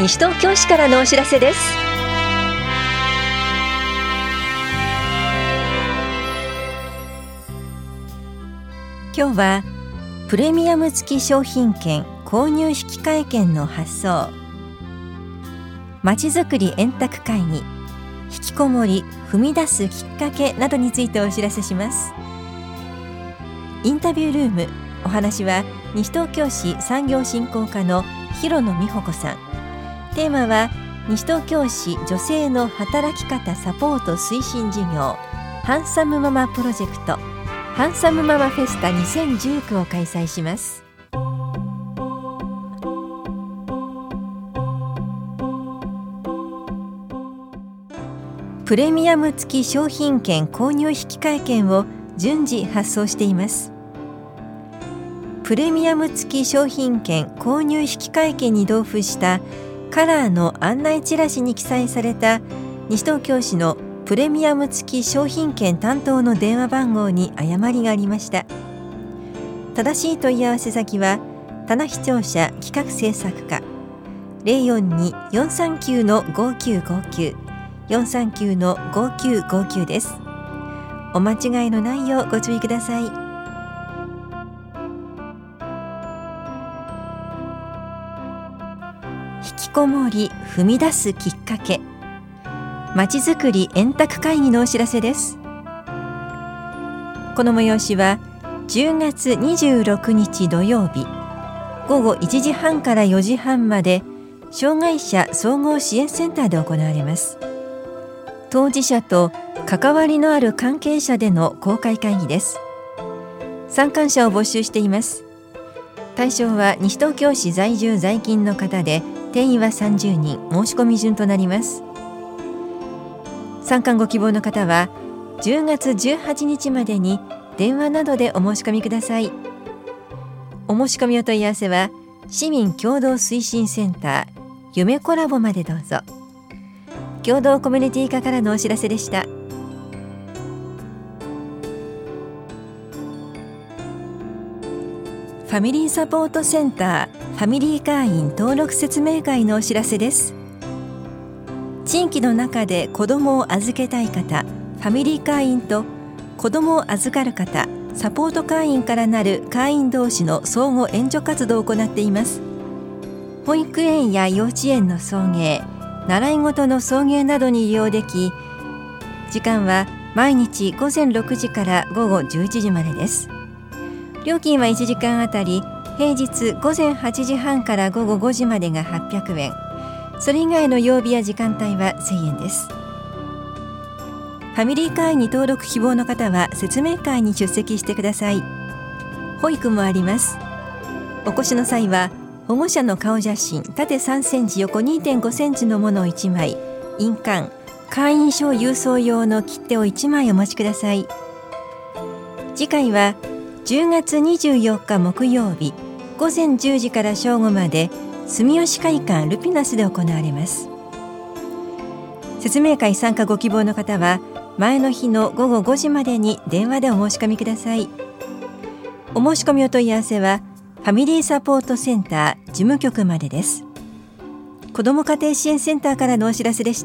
西東京市からのお知らせです。今日はプレミアム付き商品券購入引換券の発送、まちづくり円卓会議、引きこもり踏み出すきっかけなどについてお知らせします。インタビュールーム、お話は西東京市産業振興課の広野美穂子さん。テーマは西東京市女性の働き方サポート推進事業ハンサムママプロジェクトハンサムママフェスタ2019を開催します。プレミアム付き商品券購入引換券を順次発送しています。プレミアム付き商品券購入引換券に同封したカラーの案内チラシに記載された西東京市のプレミアム付き商品券担当の電話番号に誤りがありました。正しい問い合わせ先は棚視聴者企画制作課 042-439-5959 439-5959 です。お間違いのないようご注意ください。引きこもり踏み出すきっかけ、まちづくり円卓会議のお知らせです。この催しは10月26日土曜日午後1時半から4時半まで障害者総合支援センターで行われます。当事者と関わりのある関係者での公開会議です。参観者を募集しています。対象は西東京市在住在勤の方で、定員は30人、申し込み順となります。参観ご希望の方は10月18日までに電話などでお申し込みください。お申し込みお問い合わせは市民共同推進センター夢コラボまでどうぞ。共同コミュニティ課からのお知らせでした。ファミリーサポートセンターファミリー会員登録説明会のお知らせです。地域の中で子どもを預けたい方、ファミリー会員と子どもを預かる方、サポート会員からなる会員同士の相互援助活動を行っています。保育園や幼稚園の送迎、習い事の送迎などに利用でき、時間は毎日午前6時から午後11時までです。料金は1時間あたり平日午前8時半から午後5時までが800円、それ以外の曜日や時間帯は1000円です。ファミリー会員に登録希望の方は説明会に出席してください。保育もあります。お越しの際は保護者の顔写真、縦3センチ横 2.5 センチのものを1枚、印鑑、会員証郵送用の切手を1枚お持ちください。次回は10月24日木曜日午前10時から正午まで住吉会館ルピナスで行われます。説明会参加ご希望の方は前の日の午後5時までに電話でお申し込みください。お申し込みお問い合わせはファミリーサポートセンター事務局までです。子ども家庭支援センターからのお知らせでした。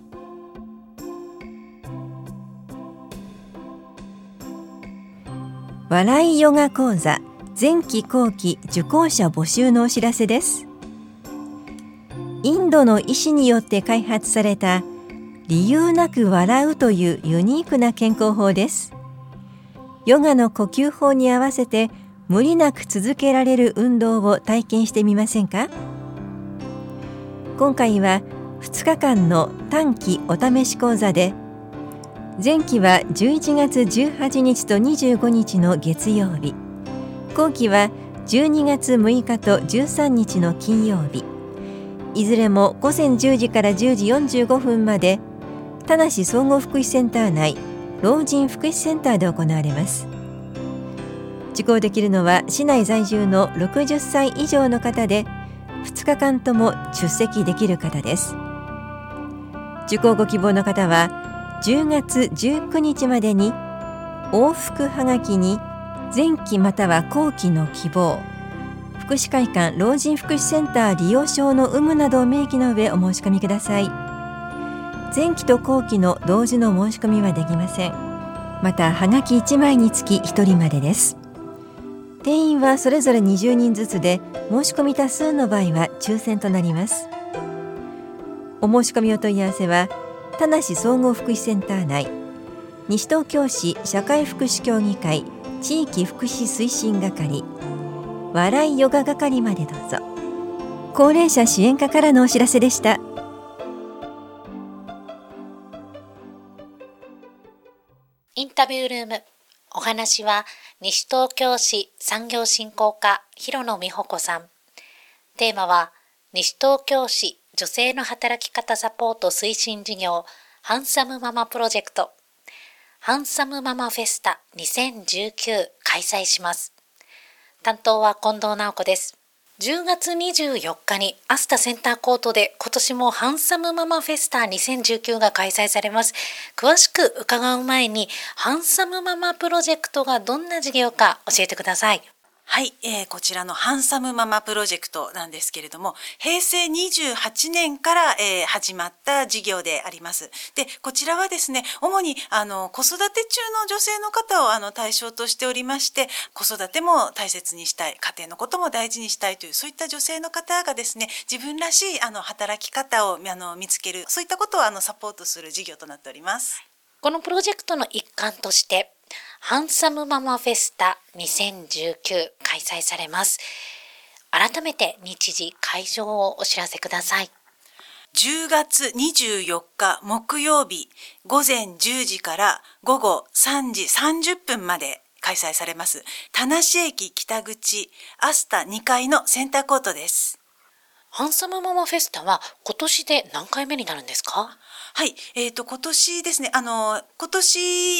笑いヨガ講座前期後期受講者募集のお知らせです。インドの医師によって開発された理由なく笑うというユニークな健康法です。ヨガの呼吸法に合わせて無理なく続けられる運動を体験してみませんか？今回は2日間の短期お試し講座で、前期は11月18日と25日の月曜日、後期は12月6日と13日の金曜日、いずれも午前10時から10時45分まで田梨総合福祉センター内老人福祉センターで行われます。受講できるのは市内在住の60歳以上の方で、2日間とも出席できる方です。受講ご希望の方は10月19日までに往復はがきに前期または後期の希望、 福祉会館老人福祉センター利用証の有無などを明記の上お申し込みください。前期と後期の同時の申し込みはできません。またはがき1枚につき1人までです。定員はそれぞれ20人ずつで、申し込み多数の場合は抽選となります。お申し込みお問い合わせは田梨総合福祉センター内、西東京市社会福祉協議会地域福祉推進係笑いヨガ係までどうぞ。高齢者支援課からのお知らせでした。 インタビュールーム。お話は西東京市産業振興課広野美穂子さん。テーマは西東京市女性の働き方サポート推進事業ハンサムママプロジェクトハンサムママフェスタ2019開催します。担当は近藤直子です。10月24日にアスタセンターコートで今年もハンサムママフェスタ2019が開催されます。詳しく伺う前にハンサムママプロジェクトがどんな事業か教えてください。 はい、こちらのハンサムママプロジェクトなんですけれども、平成28年から、始まった事業であります。で、こちらはですね、主に子育て中の女性の方を対象としておりまして、子育ても大切にしたい、家庭のことも大事にしたいという、そういった女性の方がですね、自分らしい働き方を見つける、そういったことをサポートする事業となっております。 このプロジェクトの一環として、ハンサムママフェスタ2019開催されます。改めて日時会場をお知らせください。 10月24日木曜日午前10時から午後3時30分まで開催されます。田無駅北口アスタ2階のセンターコートです。 ハンサムママフェスタは今年で何回目になるんですか？ はい、今年ですね、今年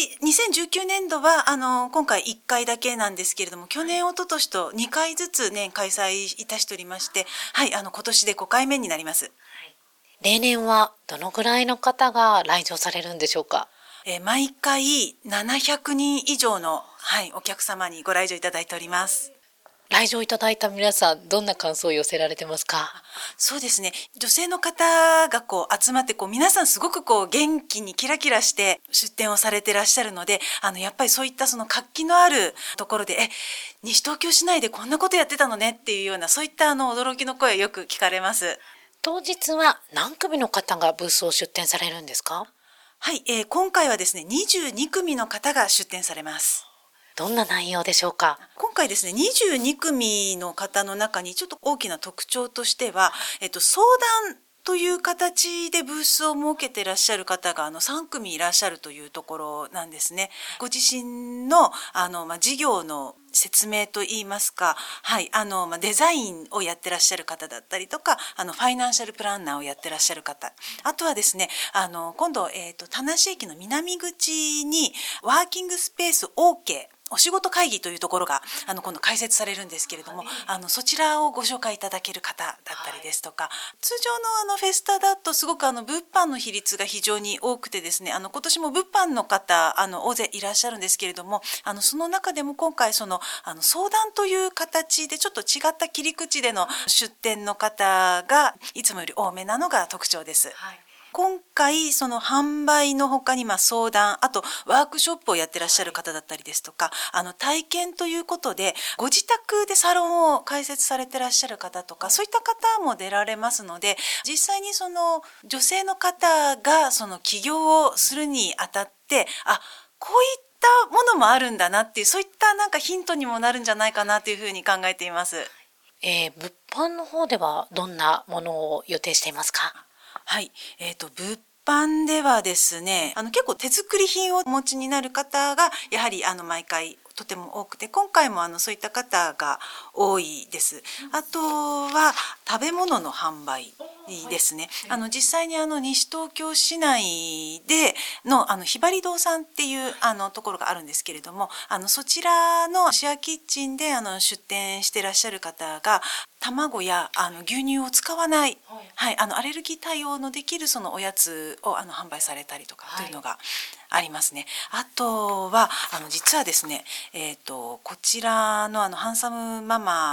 2019年度は今回1回だけなんですけれども、去年、一昨年と2回ずつ年開催いたしておりまして、はい、今年で5回目になります。 例年はどのぐらいの方が来場されるんでしょうか？ 毎回700人以上の、はい、お客様にご来場いただいております。 来場いただいた皆さん、どんな感想を寄せられてますか？ そうですね。女性の方が集まって皆さんすごく元気にキラキラして出店をされてらっしゃるので、やっぱりそういったその活気のあるところで、西東京市内でこんなことやってたのねっていうような、そういった驚きの声をよく聞かれます。 当日は何組の方がブースを出店されるんですか？ はい、今回はですね、22組の方が出店されます。 どんな内容でしょうか？ 今回ですね、22組の方の中にちょっと大きな特徴としては、相談という形でブースを設けていらっしゃる方が3組いらっしゃるというところなんですね。ご自身の事業の説明といいますか、はい、デザインをやってらっしゃる方だったりとか、ファイナンシャルプランナーをやってらっしゃる方、あとはですね、今度、田無駅の南口にワーキングスペース OKお仕事会議というところが今度開設されるんですけれども、そちらをご紹介いただける方だったりですとか、通常のフェスタだとすごく物販の比率が非常に多くてですね、今年も物販の方大勢いらっしゃるんですけれども、その中でも今回相談という形でちょっと違った切り口での出店の方がいつもより多めなのが特徴です。はい、今回その販売の他に相談、あとワークショップをやってらっしゃる方だったりですとか、体験ということでご自宅でサロンを開設されてらっしゃる方とか、そういった方も出られますので、実際にその女性の方がその起業をするにあたって、こういったものもあるんだなっていう、そういったヒントにもなるんじゃないかなというふうに考えています。 物販の方ではどんなものを予定していますか？ はい、物販ではですね、結構手作り品をお持ちになる方がやはり毎回とても多くて、今回もそういった方が多いです。あとは食べ物の販売ですね。実際に西東京市内でのひばり堂さんっていうところがあるんですけれども、そちらのシェアキッチンで出店してらっしゃる方が卵や牛乳を使わない、はい、アレルギー対応のできるそのおやつを販売されたりとかというのがありますね。あとは実はですね、こちらのハンサムママ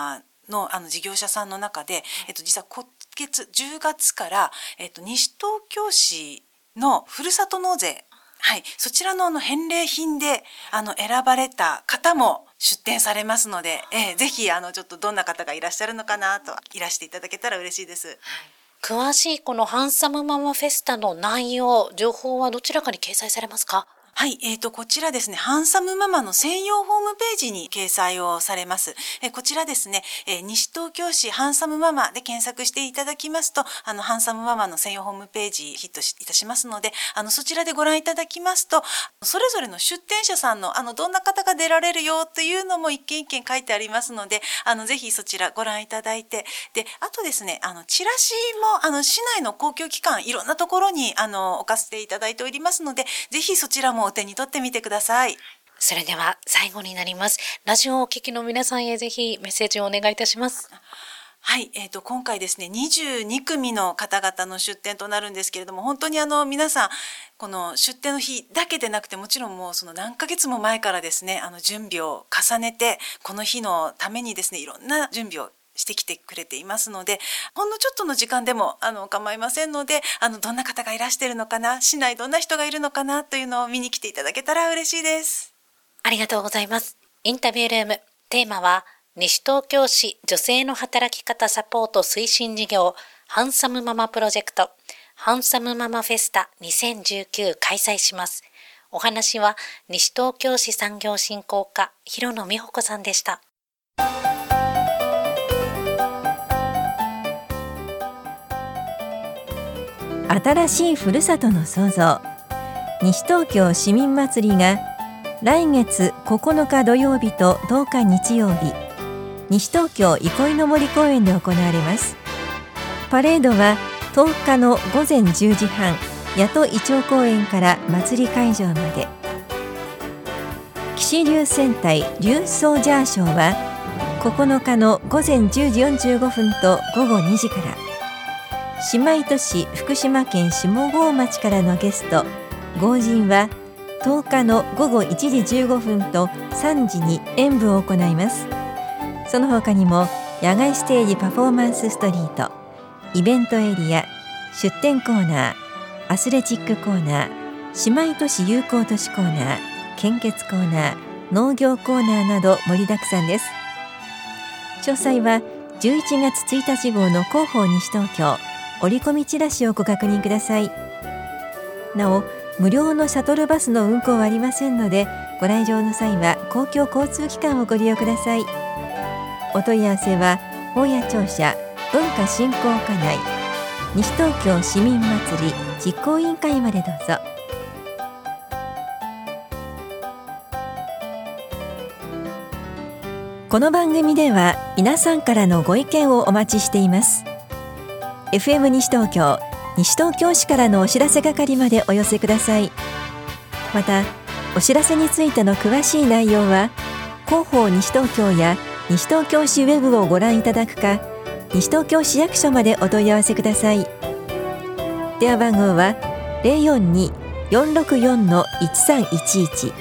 の事業者さんの中で、実は今月10月から、西東京市のふるさと納税、はい、そちらの返礼品で選ばれた方も出展されますので、ぜひちょっとどんな方がいらっしゃるのかなといらしていただけたら嬉しいです。 詳しいこのハンサムママフェスタの内容、情報はどちらかに掲載されますか？ はい、こちらですね、ハンサムママの専用ホームページに掲載をされます。こちらですね、西東京市ハンサムママで検索していただきますと、ハンサムママの専用ホームページヒットいたしますので、そちらでご覧いただきますと、それぞれの出店者さんのどんな方が出られるよというのも一件一件書いてありますので、ぜひそちらご覧いただいて、で、あとですね、チラシも市内の公共機関いろんなところに置かせていただいておりますので、ぜひそちらもお手に取ってみてください。 それでは最後になります。ラジオをお聞きの皆さんへぜひメッセージをお願いいたします。 はい、今回ですね、22組の方々の出展となるんですけれども、本当に皆さん、この出展の日だけでなくて、もちろんもうその何ヶ月も前からですね、準備を重ねて、この日のためにですね、いろんな準備をしてきてくれていますので、ほんのちょっとの時間でも構いませんので、どんな方がいらしているのかな、市内どんな人がいるのかなというのを見に来ていただけたら嬉しいです。 ありがとうございます。インタビュールーム、テーマは西東京市女性の働き方サポート推進事業ハンサムママプロジェクトハンサムママフェスタ2019開催します。お話は西東京市産業振興課広野美穂子さんでした。 新しいふるさとの創造、西東京市民祭りが来月9日土曜日と10日日曜日、西東京憩いの森公園で行われます。パレードは10日の午前10時半、谷戸イチョウ公園から祭り会場まで。騎士流戦隊流ソージャーショーは9日の午前10時45分と午後2時から、姉妹都市福島県下郷町からのゲスト豪人は10日の午後1時15分と3時に演舞を行います。その他にも野外ステージパフォーマンスストリート、イベントエリア、出店コーナー、アスレチックコーナー、姉妹都市友好都市コーナー、献血コーナー、農業コーナーなど盛りだくさんです。詳細は11月1日号の広報西東京折り込みチラシをご確認ください。なお、無料のシャトルバスの運行はありませんので、ご来場の際は公共交通機関をご利用ください。お問い合わせは本屋庁舎文化振興課内西東京市民祭り実行委員会までどうぞ。この番組では皆さんからのご意見をお待ちしています。FM 西東京、西東京市からのお知らせ係までお寄せください。また、お知らせについての詳しい内容は広報西東京や西東京市ウェブをご覧いただくか、西東京市役所までお問い合わせください。電話番号は 042-464-1311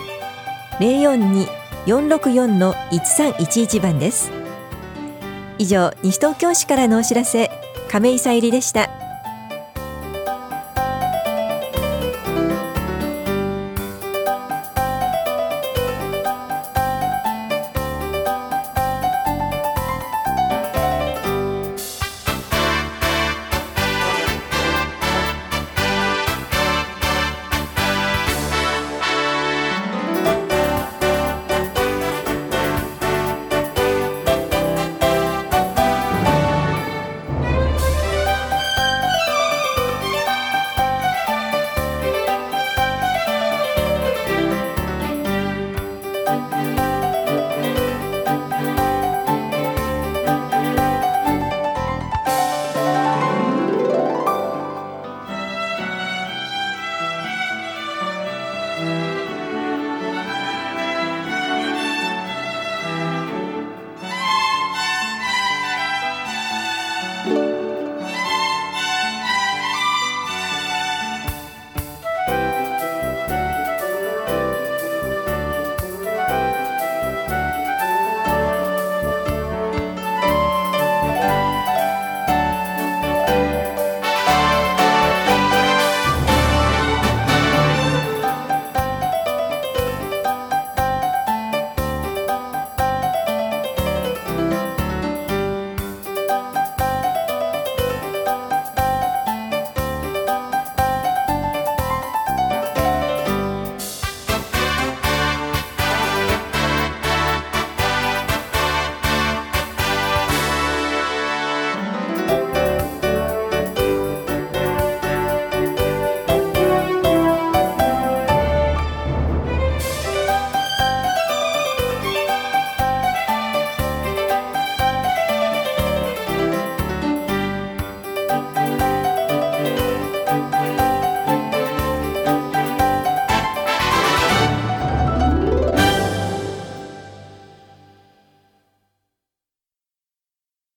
042-464-1311 番です。以上、西東京市からのお知らせ、亀井さゆりでした。